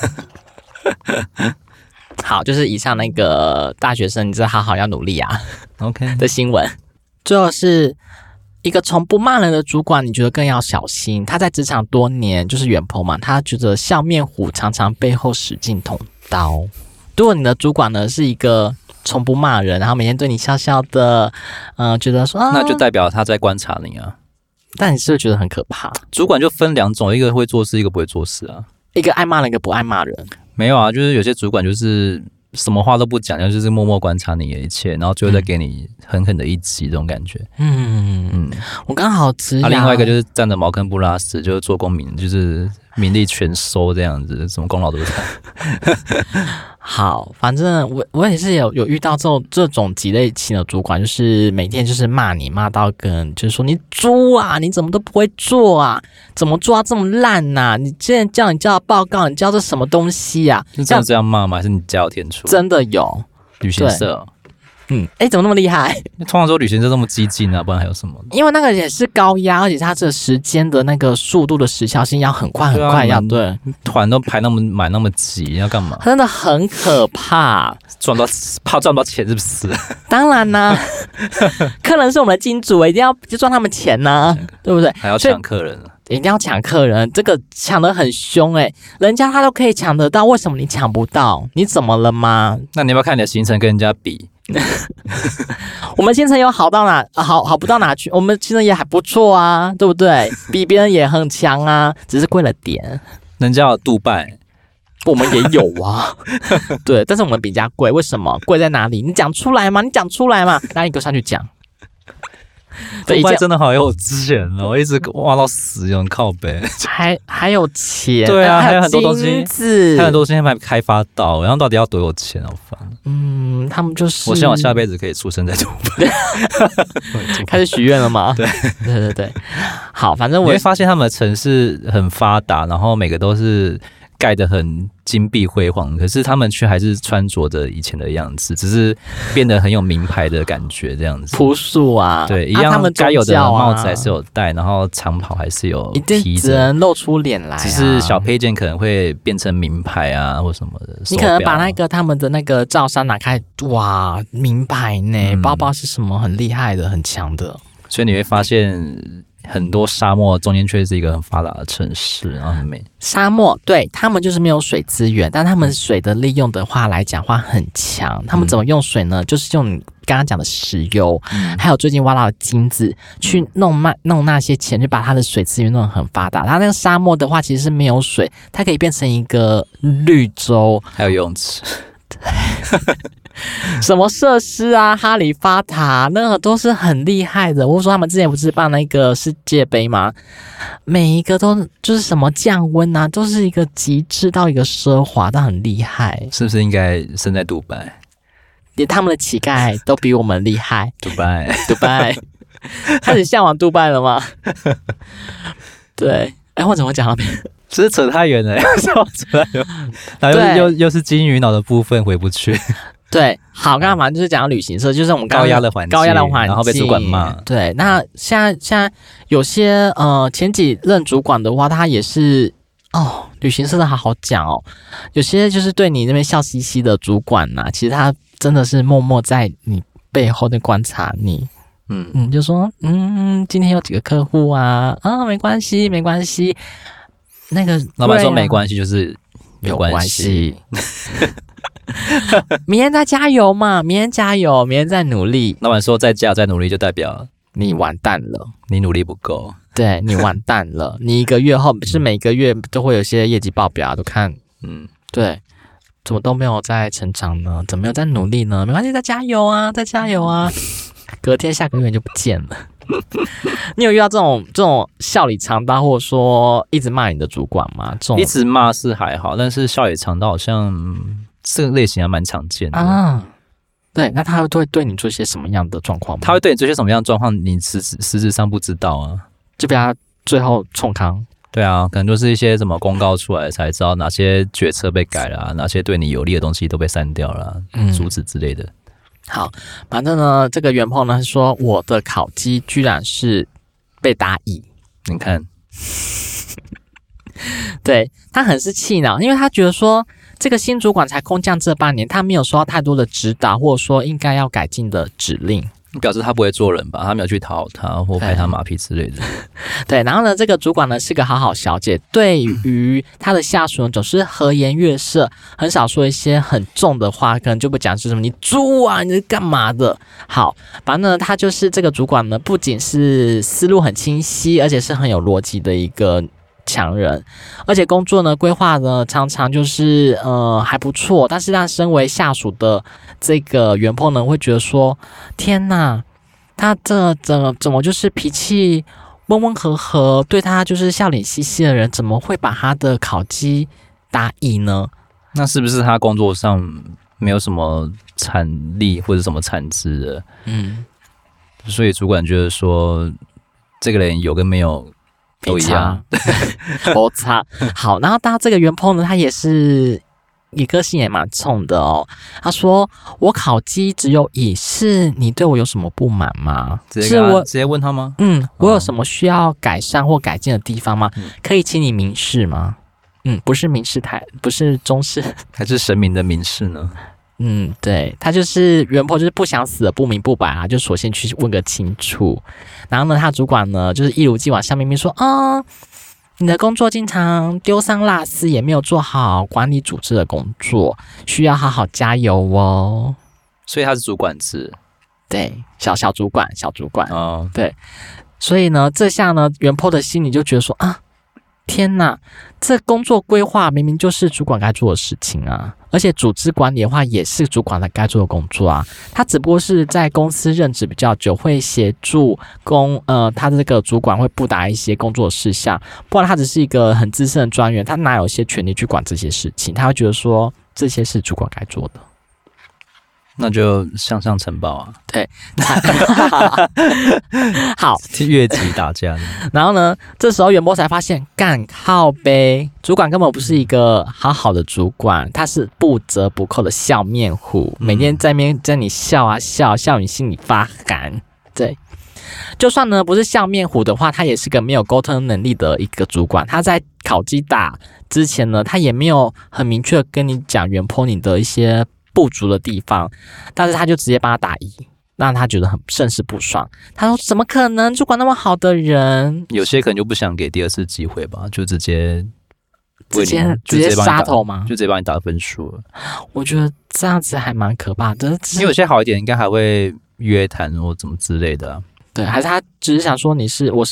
好，就是以上那个大学生，你真的好好要努力啊。 OK 的新闻，最后是一个从不骂人的主管，你觉得更要小心。他在职场多年，就是远朋嘛，他觉得笑面虎常常背后使劲捅刀。如果你的主管呢是一个从不骂人，然后每天对你笑笑的，觉得说那就代表他在观察你啊。 但你是不是觉得很可怕？ 主管就分两种，一个会做事，一个不会做事啊。 一个爱骂人，一个不爱骂人。 没有啊，就是有些主管就是什么话都不讲，就是默默观察你的一切，然后最后再给你狠狠的一击，这种感觉。 我刚好吃。 另外一个就是站着茅坑不拉屎，就是做公民，就是名利全收这样子，什么功劳都不谈。 好，反正我也是有遇到这种几类型的主管，就是每天就是骂你，骂到跟就是说你猪啊，你怎么都不会做啊，怎么做到这么烂啊？你之前叫你交的报告，你交这什么东西啊？ 是真的这样骂吗？还是你加有天出？ 真的有旅行社。 怎么那么厉害？ 通常说旅行社这么激进啊，不然还有什么？ 因为那个也是高压，而且它这时间的那个速度的时效性要很快很快，要对团都排那么满那么挤，要干嘛？ 真的很可怕， 怕赚不到钱是不是？ 当然啦，客人是我们的金主，一定要赚他们钱呐，对不对？ 还要抢客人。 一定要抢客人，这个抢得很凶人家他都可以抢得到，为什么你抢不到？你怎么了吗？ 那你要不要看你的行程跟人家比？ 我们行程有好到哪？好不到哪去？我们行程也还不错啊，对不对？比别人也很强啊，只是贵了点。 人家有杜拜， 我们也有啊，对，但是我们比人家贵，为什么？贵在哪里？你讲出来嘛，那你给我上去讲。 杜拜真的好有钱哦，我一直挖到死，有人靠北， 还有钱， 对啊，还有很多东西， 还有很多东西还没开发到，然后到底要多有钱，好烦。 他们就是， 我希望我下辈子可以出生在杜拜。 开始许愿了吗？对，好，反正我会发现他们的城市很发达，然后每个都是盖得很金碧辉煌，可是他们却还是穿着着以前的样子，只是变得很有名牌的感觉，这样子朴素啊， 对，一样他们该有的帽子还是有戴，然后长袍还是有披着， 一定只能露出脸来只是小配件可能会变成名牌啊或什么的。 你可能把那个他们的那个罩衫拿开，哇，名牌呢，包包是什么很厉害的、很强的， 所以你会发现。很多沙漠中间却是一个很发达的城市，然后很美。 沙漠对他们就是没有水资源，但他们水的利用的话来讲话很强。他们怎么用水呢？就是用你刚刚讲的石油，还有最近挖到的金子，去弄那些钱，就把它的水资源弄得很发达。它那个沙漠的话，其实是没有水，它可以变成一个绿洲， 还有游泳池。 什么设施啊，哈利法塔那个都是很厉害的。我说他们之前不是办那个世界杯吗？每一个都就是什么降温啊，都是一个极致到一个奢华，但很厉害。 是不是应该生在杜拜？ 连他们的乞丐都比我们厉害。 杜拜， 开始向往杜拜了吗？对，我怎么讲到那边？ 只是扯太远了，然后又是金鱼脑的部分回不去。 对，好，刚刚反正就是讲到旅行社，就是我们高压的环境，然后被主管骂。 对，那现在有些前几任主管的话，他也是旅行社的好讲哦。有些就是对你那边笑嘻嘻的主管呐，其实他真的是默默在你背后的观察你。就说今天有几个客户啊，没关系。那个老板说没关系，就是有关系。 明天再加油嘛，明天再努力。 老板说再加再努力，就代表你完蛋了， 你努力不够。 对，你完蛋了。你一个月后不是每个月都会有些业绩报表都看，对，怎么都没有在成长呢？怎么没有在努力呢？没关系，再加油啊。隔天下个月就不见了。你有遇到这种笑里藏刀，或者说一直骂你的主管吗？ 一直骂是还好，但是笑里藏刀好像这个类型还蛮常见的啊。对，那他会对你做些什么样的状况吗？ 他会对你做些什么样的状况？你实质上不知道啊， 就被他最后冲康。 对啊，可能就是一些什么公告出来才知道哪些决策被改了，哪些对你有利的东西都被删掉了，阻止之类的。 好，反正呢，这个袁鹏呢说我的烤鸡居然是被打乙， 你看， 对，他很是气恼，因为他觉得说这个新主管才空降这半年，他没有收到太多的指导，或者说应该要改进的指令。 表示他不会做人吧？他没有去讨好他或拍他马屁之类的。 对，然后呢，这个主管呢是个好好小姐，对于他的下属呢总是和颜悦色，很少说一些很重的话，可能就不讲是什么你猪啊，你是干嘛的？好，反正呢，他就是这个主管呢，不仅是思路很清晰，而且是很有逻辑的一个强人，而且工作呢规划呢常常就是还不错，但是让身为下属的这个袁鹏呢会觉得说，天哪，他这怎么就是脾气温温和和，对他就是笑脸嘻嘻的人，怎么会把他的烤鸡打乙呢？ 那是不是他工作上没有什么产力或者什么产值的？所以主管觉得说这个人有跟没有都一样， 不差。好，然后他这个袁鹏呢，他也个性也蛮冲的哦。他说：“我烤鸡只有乙，是你对我有什么不满吗？ 直接问他吗？ 我有什么需要改善或改进的地方吗？可以请你明示吗？不是明示台，不是中式， 还是神明的明示呢？” 对，他就是袁鹏，就是不想死的不明不白啊，就索性去问个清楚。然后呢，他主管呢，就是一如既往笑眯眯说你的工作经常丢三落四，也没有做好管理组织的工作，需要好好加油哦。 所以他是主管制， 对，小主管哦，对。所以呢，这下呢，原 po 的心里就觉得说啊，天哪，这工作规划明明就是主管该做的事情啊，而且组织管理的话也是主管的该做的工作啊。他只不过是在公司任职比较久，会协助他的这个主管会布达一些工作事项，不然他只是一个很资深的专员，他哪有些权利去管这些事情？他会觉得说这些是主管该做的。 那就向上呈报啊！ 对，好， 越级打架。 然后呢，这时候袁波才发现，干靠背，主管根本不是一个好好的主管，他是不折不扣的笑面虎，每天在面在你笑啊笑，笑你心里发寒。对，就算呢不是笑面虎的话，他也是个没有沟通能力的一个主管。他在考绩打之前呢，他也没有很明确跟你讲袁波你的一些不足的地方，但是他就直接帮他打1，让他觉得很甚是不爽。他说：“怎么可能？主管那么好的人， 有些可能就不想给第二次机会吧，就直接杀头吗？ 就直接帮你打分数了。 我觉得这样子还蛮可怕的。 因为有些好一点，应该还会约谈或怎么之类的啊。 对，还是他只是想说你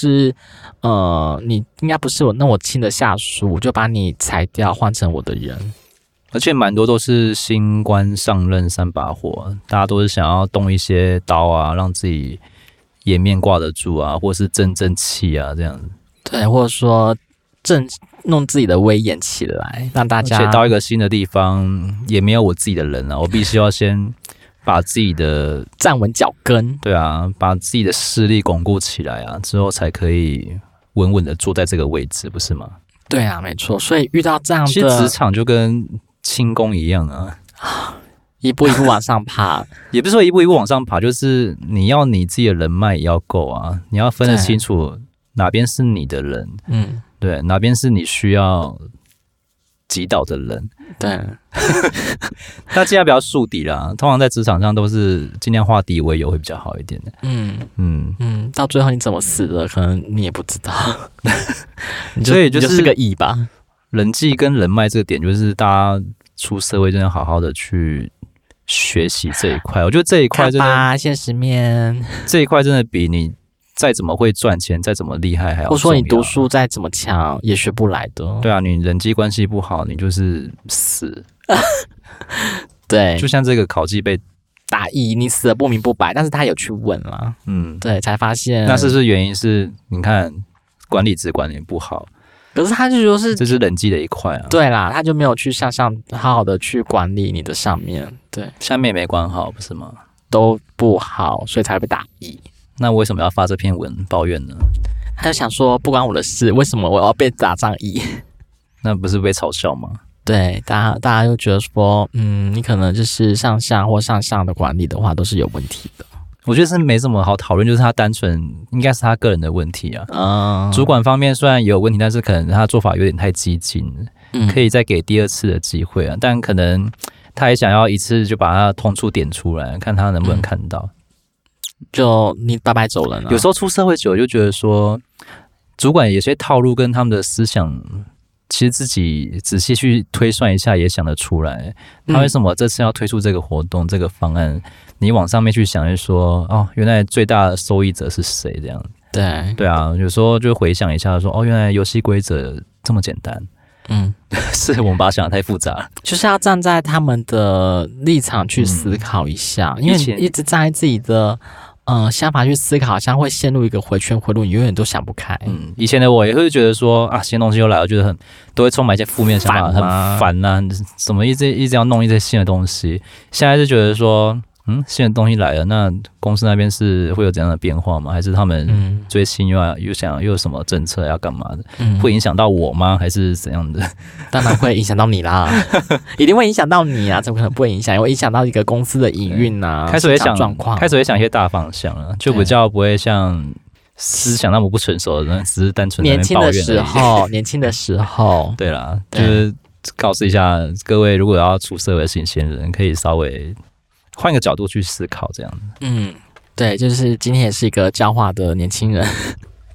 应该不是我亲的下属，我就把你裁掉，换成我的人。” 而且蛮多都是新官上任3把火，大家都是想要动一些刀啊，让自己颜面挂得住啊，或是争气啊这样子。 对，或者说弄自己的威严起来，让大家。 而且到一个新的地方也没有我自己的人啊，我必须要先把自己的站稳脚跟。 对啊，把自己的势力巩固起来啊，之后才可以稳稳的坐在这个位置，不是吗？ 对啊，没错。所以遇到这样的， 其实职场就跟轻功一样啊， 一步一步往上爬， 也不是说一步一步往上爬，就是你要你自己的人脉也要够啊，你要分得清楚哪边是你的人，对，哪边是你需要击倒的人， 对。 那尽量不要树敌啦，通常在职场上都是尽量化敌为友会比较好一点的。 到最后你怎么死的，可能你也不知道， 所以就是个亿吧。 人际跟人脉这个点，就是大家出社会真的好好的去学习这一块。我觉得这一块真的， 现实面这一块真的比你再怎么会赚钱，再怎么厉害还要重要。 或说你读书再怎么强，也学不来的。 对啊，你人际关系不好，你就是死。 对， 就像这个考绩被打1，你死了不明不白，但是他有去问了，对，才发现。 那是不是原因是你看管理职管理不好？ 可是他就说是这是人际的一块啊， 对啦，他就没有去向上好好的去管理你的上面，对， 下面也没管好，不是吗？ 都不好，所以才会被打1。 那为什么要发这篇文抱怨呢？ 他就想说不关我的事，为什么我要被打上1？ 那不是被嘲笑吗？ 对，大家就觉得说，你可能就是上下或上上的管理的话，都是有问题的。 我觉得是没什么好讨论，就是他单纯应该是他个人的问题啊。主管方面虽然也有问题，但是可能他做法有点太激进了，可以再给第2次的机会啊。但可能他也想要一次就把他痛处点出来，看他能不能看到。 就你拜拜走人了。 有时候出社会久，就觉得说，主管有些套路跟他们的思想，其实自己仔细去推算一下，也想得出来。他为什么这次要推出这个活动、这个方案？你往上面去想，就说哦，原来最大的受益者是谁？这样对啊，有时候就回想一下说，哦，原来游戏规则这么简单。是我们把它想得太复杂了， 就是要站在他们的立场去思考一下，因为你一直站在自己的想法去思考，好像会陷入一个回圈回路，你永远都想不开。 以前的我也会觉得说啊，新东西又来了，觉得都会充满一些负面想法，很烦啊，怎么一直要弄一些新的东西。现在就觉得说，新的东西来了，那公司那边是会有怎样的变化吗？还是他们最新又有什么政策要干嘛的？会影响到我吗？还是怎样的？ 当然会影响到你啦，一定会影响到你啊！怎么可能不会影响？会影响到一个公司的营运啊， 开始会想状况， 开始会想一些大方向了，就比较不会像思想那么不成熟的人，只是单纯的抱怨而已。 年轻的时候， 对啦，就是告诉一下各位，如果要出社会的新鲜人，可以稍微换一个角度去思考，这样。 对，就是今天也是一个教化的年轻人。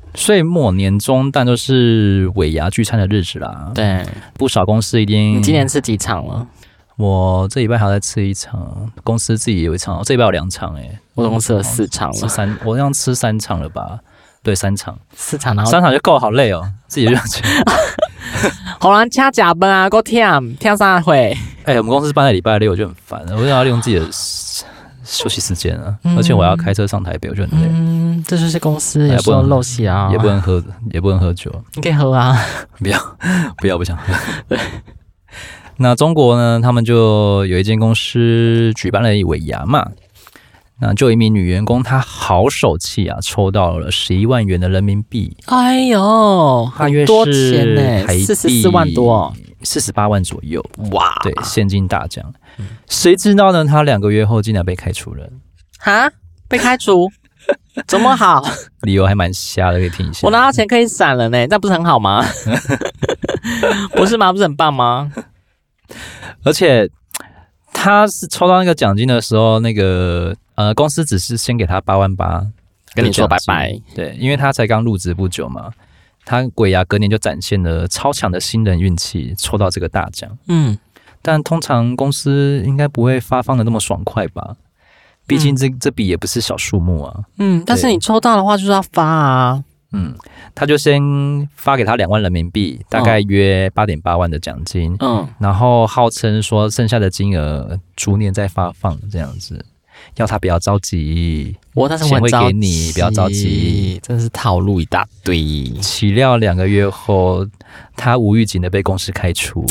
岁末年终，但都是尾牙聚餐的日子啦。 对， 不少公司一定。 你今年吃几场了？ 我这礼拜还要再吃1场，公司自己有1场，我这礼拜有2场我总共吃了4场了， 我这样吃3场了吧？对，3场 ，4场，然后 3场就够，好累哦，自己就这样吃。 好啦，请加班啊，够忝啥会？ 我们公司搬在礼拜6，我就很烦，我就要利用自己的休息时间啊，而且我要开车上台北，我就很累。这就是公司有时候陋习啊， 也不能喝酒。 你可以喝啊， 不要，不想喝。对。那中国呢，他们就有一间公司举办了尾牙嘛，那就有一名女员工，她好手气啊，抽到了11万元的人民币。 哎呦， 大约是多钱呢？44万多 ，48万左右。 哇， 对，现金大奖。谁知道呢？她2个月后竟然被开除了。 哈？被开除？怎么好？ 理由还蛮瞎的，可以听一下。 我拿到钱可以闪了呢，那不是很好吗？不是吗？不是很棒吗？ 而且他是抽到那个奖金的时候，那个公司只是先给他8万8， 跟你说拜拜。 对，因为他才刚入职不久嘛，他尾牙隔年就展现了超强的新人运气，抽到这个大奖。但通常公司应该不会发放的那么爽快吧？毕竟这笔也不是小数目啊。 但是你抽到的话就是要发啊。 他就先发给他2万人民币，大概约8.8万的奖金。然后号称说剩下的金额逐年再发放，这样子，要他不要着急， 但是我钱会给你，不要着急， 真是套路一大堆。 岂料2个月后，他无预警的被公司开除。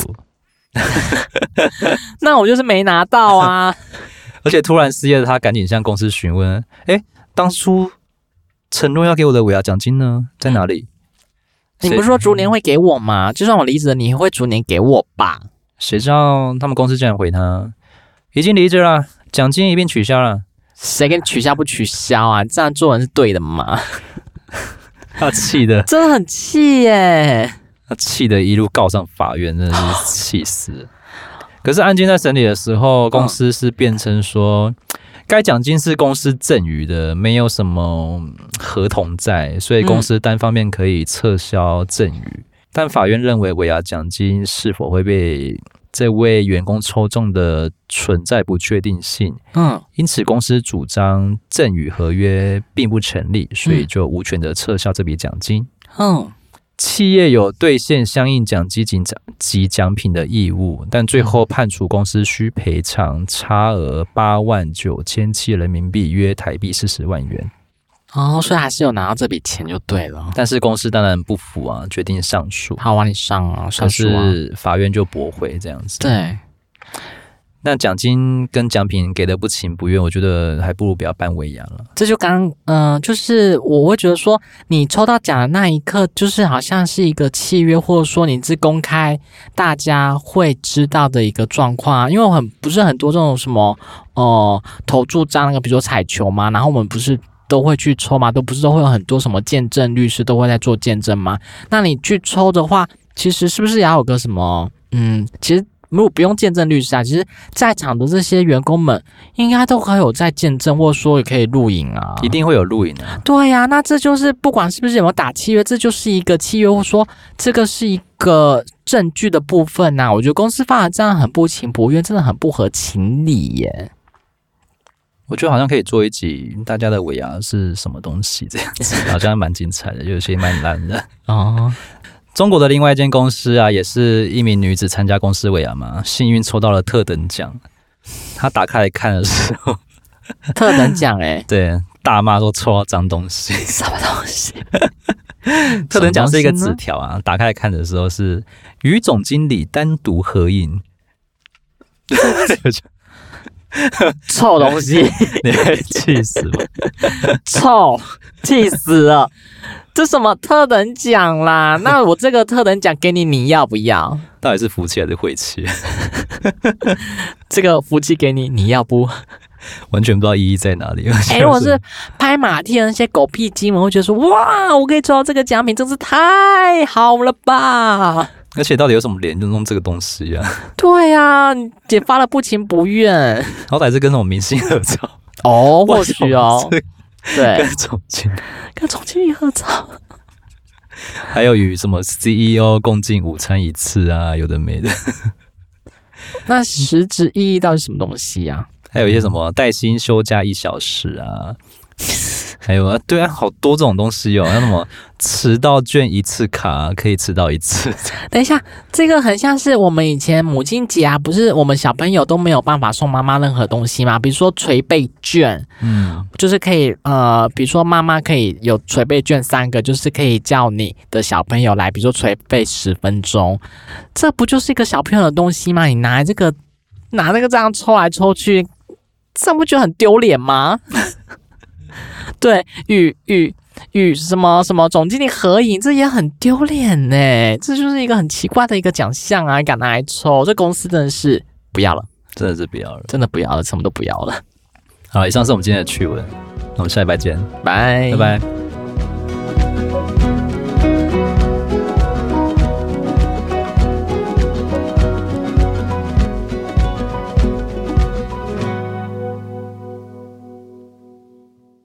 那我就是没拿到啊！ 而且突然失业的他，赶紧向公司询问：当初承诺要给我的尾牙奖金呢，在哪里？ 你不是说逐年会给我吗？就算我离职了，你会逐年给我吧？ 谁知道他们公司竟然回他：已经离职了，奖金一并取消了。 谁给你取消不取消啊？这样做人是对的吗？ 他气的， 真的很气耶！ 他气的一路告上法院，真的是气死了。可是案件在审理的时候，公司是辩称说，该奖金是公司赠予的，没有什么合同在，所以公司单方面可以撤销赠与。但法院认为尾牙奖金是否会被这位员工抽中的存在不确定性，因此公司主张赠与合约并不成立，所以就无权的撤销这笔奖金。企业有兑现相应奖金及奖品的义务，但最后判处公司需赔偿差额8.997万人民币，约台币40万元。 所以还是有拿到这笔钱就对了。 但是公司当然不服啊，决定上诉。 好啊，你上啊，上诉啊。 可是法院就驳回这样子。 对。 那奖金跟奖品给的不情不愿，我觉得还不如不要办尾牙了。 这就就是我会觉得说，你抽到奖的那一刻，就是好像是一个契约，或者说你是公开大家会知道的一个状况。因为不是很多这种什么投注章那个，比如说彩球嘛，然后我们不是都会去抽嘛，都会有很多什么见证律师都会在做见证嘛。那你去抽的话，其实是不是也要有个什么其实如果不用见证律师啊，其实在场的这些员工们应该都还有在见证，或者说也可以录影啊， 一定会有录影啊。 对啊，那这就是不管是不是有没有打契约，这就是一个契约，或者说这个是一个证据的部分啊。我觉得公司发展这样很不情不愿，真的很不合情理耶。 我觉得好像可以做一集大家的尾牙是什么东西这样子，好像蛮精彩的，有些蛮烂的。中国的另外一间公司啊，也是一名女子参加公司尾牙嘛，幸运抽到了特等奖。她打开来看的时候， 特等奖对，大骂说抽到脏东西。 什么东西？ 特等奖是一个纸条啊，打开来看的时候是与总经理单独合影。 臭东西， 你会气死吗？ 臭，气死了！这什么特等奖啦？那我这个特等奖给你，你要不要？ 到底是福气还是晦气？ 这个福气给你，你要不？ 完全不知道意义在哪里。 如果是拍马屁的那些狗屁精们，会觉得说：哇，我可以抽到这个奖品，真是太好了吧！ 而且到底有什么脸就弄这个东西啊？ 对啊，姐发了不情不愿， 好歹是跟那种明星合照或许对， 跟总经理合照， 还有与什么 CEO 共进午餐一次啊，有的没的。 那实质意义到底是什么东西啊？ 还有一些什么带薪休假1小时啊，还有啊，对啊，好多这种东西哦。那什么迟到券1次卡可以迟到1次。 等一下，这个很像是我们以前母亲节啊，不是我们小朋友都没有办法送妈妈任何东西吗？比如说捶背券，就是可以比如说妈妈可以有捶背券3个，就是可以叫你的小朋友来，比如说捶背10分钟，这不就是一个小朋友的东西吗？你拿那个这样抽来抽去，这不就很丢脸吗？对，与什么什么总经理合影，这也很丢脸呢。这就是一个很奇怪的一个奖项啊，敢拿来抽，这公司真的是不要了， 真的是不要了， 真的不要了，什么都不要了。 好，以上是我们今天的趣闻，我们下礼拜见， 拜拜拜。